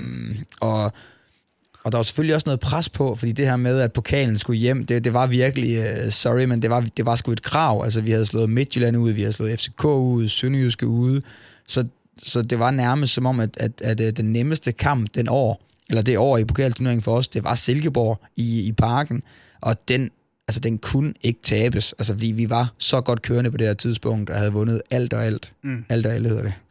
C: og Og der var selvfølgelig også noget pres på, fordi det her med, at pokalen skulle hjem, det, det var virkelig, uh, sorry, men det var, det var sgu et krav. Altså, vi havde slået Midtjylland ud, vi havde slået F C K ud, Sønderjyske ude, så, så det var nærmest som om, at, at, at den nemmeste kamp den år, eller det år i pokalturneringen for os, det var Silkeborg i, i Parken, og den, altså, den kunne ikke tabes, altså, fordi vi var så godt kørende på det her tidspunkt, og havde vundet alt og alt. Mm. Alt og alt hedder det.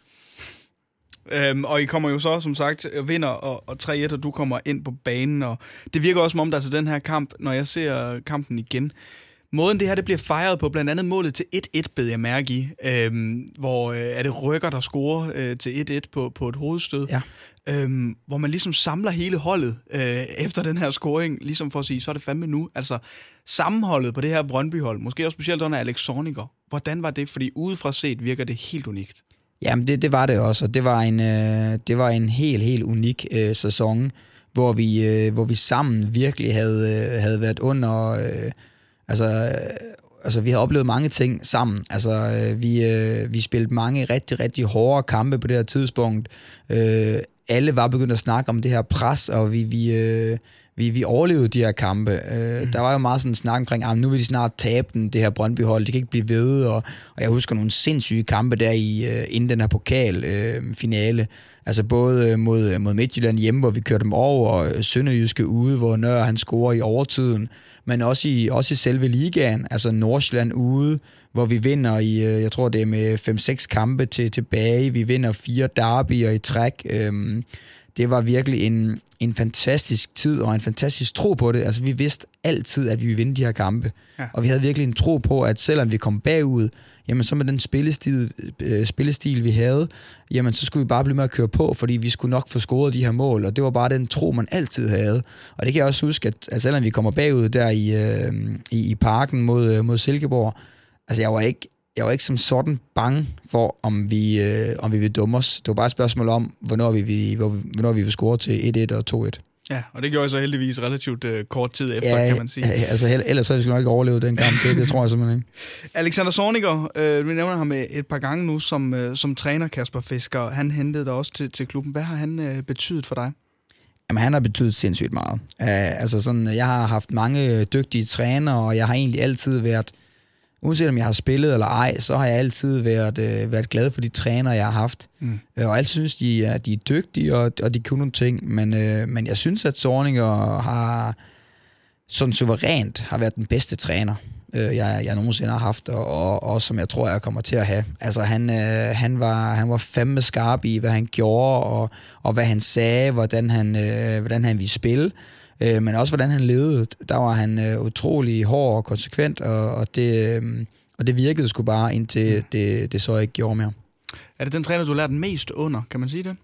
B: Øhm, og I kommer jo så, som sagt, vinder og, og tre et, og du kommer ind på banen, og det virker også som om, der til den her kamp, når jeg ser kampen igen, måden det her det bliver fejret på, blandt andet målet til et et, bed jeg mærke i, øhm, hvor øh, er det Rykker, der scorer øh, til et et på, på et hovedstød,
C: ja.
B: øhm, hvor man ligesom samler hele holdet øh, efter den her scoring, ligesom for at sige, så er det fandme nu. Altså sammenholdet på det her Brøndby-hold, måske også specielt under Alex Zorniger, hvordan var det? Fordi udefra set virker det helt unikt.
C: Jamen det, det var det også, og det var en, øh, det var en helt, helt unik øh, sæson, hvor vi, øh, hvor vi sammen virkelig havde, øh, havde været under... Øh, Altså, altså, vi har oplevet mange ting sammen. Altså, øh, vi, øh, vi spillede mange rigtig, rigtig hårde kampe på det her tidspunkt. Øh, alle var begyndt at snakke om det her pres, og vi, vi, øh, vi, vi overlevede de her kampe. Øh, mm. Der var jo meget sådan en snak omkring, at nu vil de snart tabe den, det her Brøndby-hold. Det kan ikke blive ved, og, og jeg husker nogle sindssyge kampe der i, øh, inden den her pokalfinale. Øh, altså både mod, mod Midtjylland hjemme, hvor vi kørte dem over, og Sønderjyske ude, hvor Nør han scorer i overtiden, men også i, også i selve ligaen, altså Nordsjælland ude, hvor vi vinder i, jeg tror det er med fem seks kampe til, tilbage, vi vinder fire derbyer i træk. Øhm, det var virkelig en, en fantastisk tid, og en fantastisk tro på det. Altså vi vidste altid, at vi ville vinde de her kampe, ja. Og vi havde virkelig en tro på, at selvom vi kom bagud, jamen så med den spillestil, øh, spillestil, vi havde, jamen så skulle vi bare blive med at køre på, fordi vi skulle nok få scoret de her mål, og det var bare den tro, man altid havde. Og det kan jeg også huske, at, at selvom vi kommer bagud der i, øh, i, i Parken mod, mod Silkeborg, altså jeg var ikke, jeg var ikke som sådan bange for, om vi, øh, om vi ville dumme os. Det var bare et spørgsmål om, hvornår vi, vi, hvornår vi ville score til et et og to et.
B: Ja, og det gjorde jeg så heldigvis relativt øh, kort tid efter, ja, kan man sige.
C: Ja, altså ellers så havde vi nok ikke overlevet den kamp, det, det tror jeg simpelthen ikke.
B: Alexander Zorniger, øh, vi nævner ham et par gange nu som, øh, som træner, Kasper Fisker. Han hentede dig også til, til klubben. Hvad har han øh, betydet for dig?
C: Jamen, han har betydet sindssygt meget. Uh, altså sådan, jeg har haft mange dygtige trænere, og jeg har egentlig altid været, uanset om jeg har spillet eller ej, så har jeg altid været, øh, været glad for de trænere, jeg har haft. Mm. Og altid synes, de er, de er dygtige, og, og de kunne nogle ting. Men, øh, men jeg synes, at Zorniger har sådan suverænt har været den bedste træner, øh, jeg, jeg nogensinde har haft, og, og, og som jeg tror, jeg kommer til at have. Altså, han, øh, han, var, han var fandme skarp i, hvad han gjorde, og, og hvad han sagde, hvordan han, øh, hvordan han ville spille. Men også hvordan han levede. Der var han øh, utrolig hård og konsekvent, og, og, det, øh, og det virkede sgu bare, indtil mm. det, det så ikke gjorde mere.
B: Er det den træner, du har lært mest under? Kan man sige det?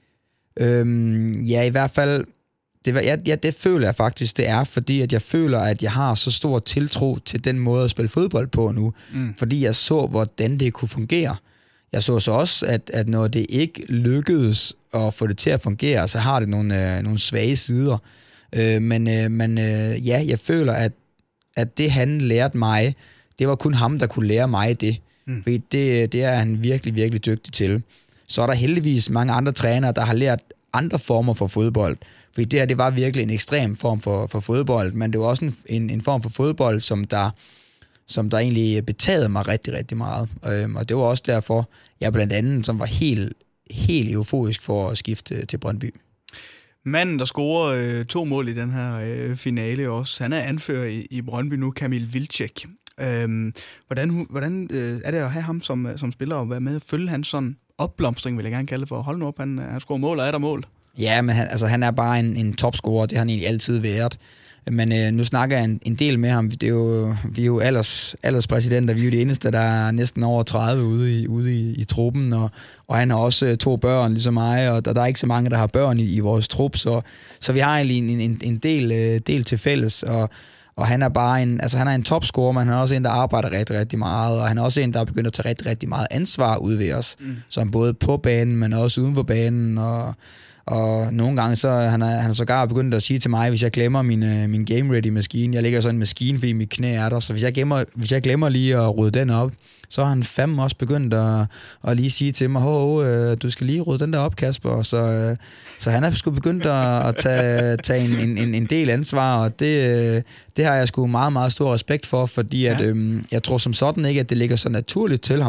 C: Øhm, ja, i hvert fald. Det, ja, ja, det føler jeg faktisk, det er, fordi at jeg føler, at jeg har så stor tiltro til den måde at spille fodbold på nu. Mm. Fordi jeg så, hvordan det kunne fungere. Jeg så så også, at, at når det ikke lykkedes at få det til at fungere, så har det nogle, øh, nogle svage sider. Øh, men øh, men øh, ja, jeg føler, at, at det han lærte mig, det var kun ham, der kunne lære mig det. Mm. Fordi det, det er han virkelig, virkelig dygtig til. Så er der heldigvis mange andre trænere, der har lært andre former for fodbold. Fordi det her, det var virkelig en ekstrem form for, for fodbold, men det var også en, en, en form for fodbold, som der, som der egentlig betagede mig rigtig, rigtig meget. Øhm, og det var også derfor, jeg blandt andet som var helt, helt euforisk for at skifte til Brøndby.
B: Manden, der scorer øh, to mål i den her øh, finale også, han er anfører i, i Brøndby nu, Kamil Vilcek. Øhm, hvordan hvordan øh, er det at have ham som, som spiller og være med at følge hans sådan opblomstring, vil jeg gerne kalde det for. Hold nu op, han, han scorer mål, og er der mål?
C: Ja, men han, altså, han er bare en, en topscorer, det har han egentlig altid været. Men øh, nu snakker jeg en, en del med ham. Det er jo, vi er jo alders, alderspræsidenter, vi er jo de eneste, der er næsten over tredive ude i, ude i, i truppen, og, og han har også øh, to børn, ligesom mig, og der, der er ikke så mange, der har børn i, i vores trup, så, så vi har egentlig en, en, en del, øh, del til fælles, og, og han er bare en, altså han er en topscorer, men han er også en, der arbejder rigtig, rigtig meget, og han er også en, der er begyndt at tage rigtig, rigtig meget ansvar ud ved os, mm. som både på banen, men også uden for banen, og Og nogle gange så han er han er sågar begyndt at sige til mig, hvis jeg glemmer min øh, min game ready maskine, jeg ligger sådan en maskine, fordi mit knæ er der, så hvis jeg glemmer hvis jeg glemmer lige at rydde den op, så har han fandme også begyndt at, at lige sige til mig, hov, øh, du skal lige rydde den der op, Kasper. Så øh, så han er sgu begyndt at, at tage tage en, en en del ansvar, og det øh, det har jeg sgu meget meget stor respekt for, fordi at øh, jeg tror som sådan ikke, at det ligger så naturligt til ham.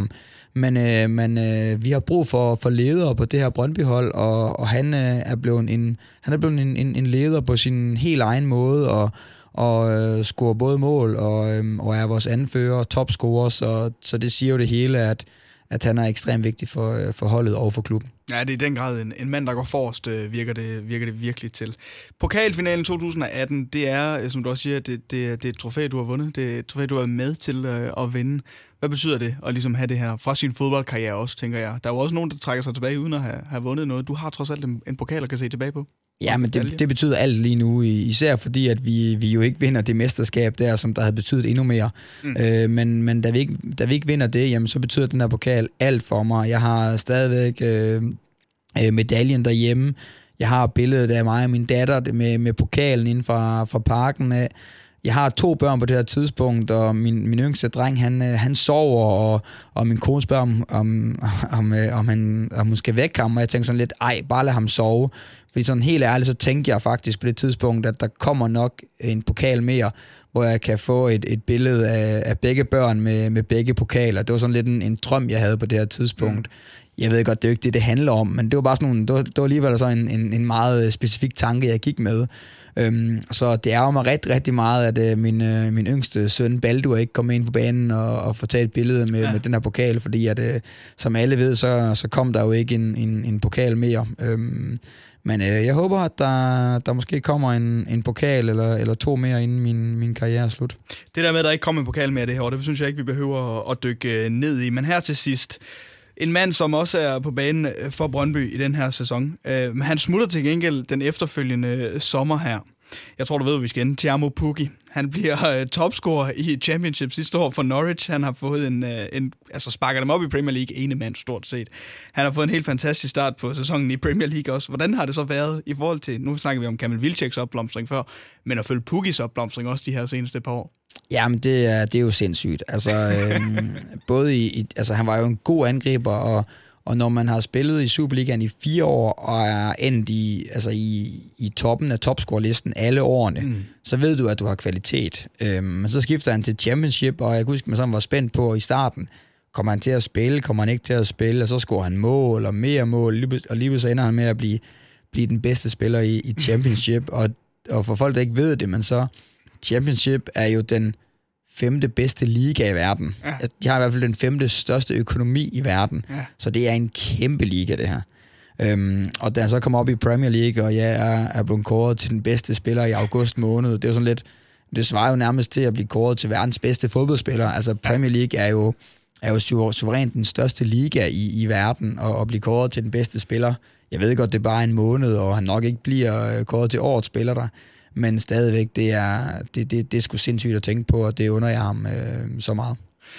C: Men, øh, men øh, vi har brug for, for ledere på det her Brøndby-hold, og, og han øh, er blevet, en, han er blevet en, en, en leder på sin helt egen måde, og, og øh, scorer både mål, og, øh, og er vores anfører, topscorer, så, så det siger jo det hele, at, at han er ekstremt vigtig for, for holdet og for klubben.
B: Ja, det er i den grad en, en mand, der går forrest, virker det, virker det virkelig til. Pokalfinalen to tusind atten, det er, som du også siger, det, det, det er et trofæ, du har vundet. Det er et trofæ, du er med til øh, at vinde. Hvad betyder det at ligesom have det her fra sin fodboldkarriere også, tænker jeg? Der er jo også nogen, der trækker sig tilbage uden at have, have vundet noget. Du har trods alt en, en pokal, der kan se tilbage på.
C: Ja, men det, det betyder alt lige nu, især fordi, at vi, vi jo ikke vinder det mesterskab der, som der havde betydet endnu mere. Mm. Øh, men men da, vi ikke, da vi ikke vinder det, jamen, så betyder den her pokal alt for mig. Jeg har stadigvæk øh, medaljen derhjemme. Jeg har billedet af mig og min datter med, med pokalen inden fra, fra parken af. Jeg har to børn på det her tidspunkt, og min, min yngste dreng, han, han sover, og, og min kone spørger, om, om, om, om, han, om hun skal vække ham, og jeg tænker sådan lidt, ej, bare lad ham sove. Fordi sådan helt ærligt, så tænkte jeg faktisk på det tidspunkt, at der kommer nok en pokal mere, hvor jeg kan få et, et billede af, af begge børn med, med begge pokaler. Det var sådan lidt en, en drøm, jeg havde på det her tidspunkt. Mm. Jeg ved godt, det er jo ikke det, det handler om, men det var bare sådan nogle, det var, det var alligevel så en, en, en meget specifik tanke, jeg gik med. Øhm, så det ærger mig rigtig, rigtig meget, at øh, min, øh, min yngste søn Baldur ikke kom ind på banen og, og få taget et billede med, ja. med den her pokal, fordi at, øh, som alle ved, så, så kom der jo ikke en, en, en pokal mere. Øhm, men øh, jeg håber, at der, der måske kommer en, en pokal eller, eller to mere, inden min, min karriere er slut.
B: Det der med, at der ikke kommer en pokal mere det her år, det synes jeg ikke, vi behøver at, at dykke ned i. Men her til sidst, en mand, som også er på banen for Brøndby i den her sæson. Øh, han smutter til gengæld den efterfølgende sommer her. Jeg tror, du ved, hvor vi skal ende. Teemu Pukki. Han bliver uh, topscorer i Championship sidste år for Norwich. Han har fået en, uh, en... Altså sparker dem op i Premier League. Ene mand, stort set. Han har fået en helt fantastisk start på sæsonen i Premier League også. Hvordan har det så været i forhold til... Nu snakker vi om Kamil Wilczeks opblomstring før, men at følge Pukkis opblomstring også de her seneste par år.
C: Jamen, det er, det er jo sindssygt. Altså, øhm, både i, i... Altså, han var jo en god angriber, og... Og når man har spillet i Superligaen i fire år, og er endt i, altså i, i toppen af topscore-listen alle årene, mm. så ved du, at du har kvalitet. Øhm, men så skifter han til Championship, og jeg kan huske, at man sådan var spændt på i starten. Kommer han til at spille? Kommer han ikke til at spille? Og så scorer han mål og mere mål, og lige så ender han med at blive, blive den bedste spiller i, i Championship. og, og for folk, der ikke ved det, men så Championship er jo den femte bedste liga i verden. Ja. De har i hvert fald den femte største økonomi i verden. Ja. Så det er en kæmpe liga, det her. Øhm, og da han så kommer op i Premier League, og jeg er, er blevet kåret til den bedste spiller i august måned, det er jo sådan lidt, det svarer jo nærmest til at blive kåret til verdens bedste fodboldspiller. Altså Premier League er jo, er jo suverænt den største liga i, i verden, og at blive kåret til den bedste spiller. Jeg ved godt, det er bare en måned, og han nok ikke bliver kåret til årets spiller der. Men stadigvæk, det er, det, det, det er sgu sindssygt at tænke på, og det under jeg ham øh, så meget.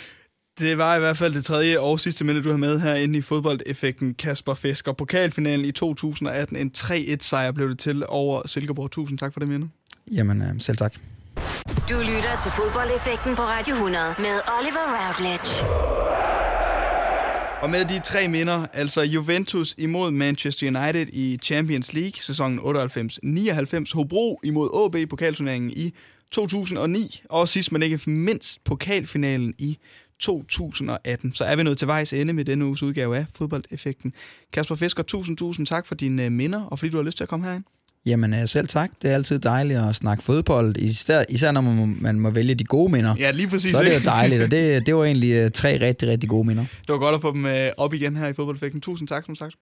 B: Det var i hvert fald det tredje og sidste minde, du har med herinde i fodboldeffekten, Kasper Fisker. Pokalfinalen i to tusind atten, en tre et sejr blev det til over Silkeborg. Tusind tak for det, minde.
C: Jamen, øh, selv tak.
A: Du lytter til fodboldeffekten på Radio hundrede med Oliver Routledge.
B: Og med de tre minder, altså Juventus imod Manchester United i Champions League sæsonen otteoghalvfems nioghalvfems, Hobro imod A B pokalturneringen i to tusind og ni, og sidst men ikke mindst pokalfinalen i to tusind og atten. Så er vi nået til vejs ende med denne uges udgave af Fodboldeffekten. Kasper Fisker, tusind, tusind tak for dine minder, og fordi du har lyst til at komme herind.
C: Jamen selv tak. Det er altid dejligt at snakke fodbold, især, især når man må, man må vælge de gode minder.
B: Ja, lige præcis.
C: Så er det jo dejligt, og det, det var egentlig tre rigtig, rigtig gode minder.
B: Det var godt at få dem op igen her i Fodboldeffekten. Tusind tak, som sagt.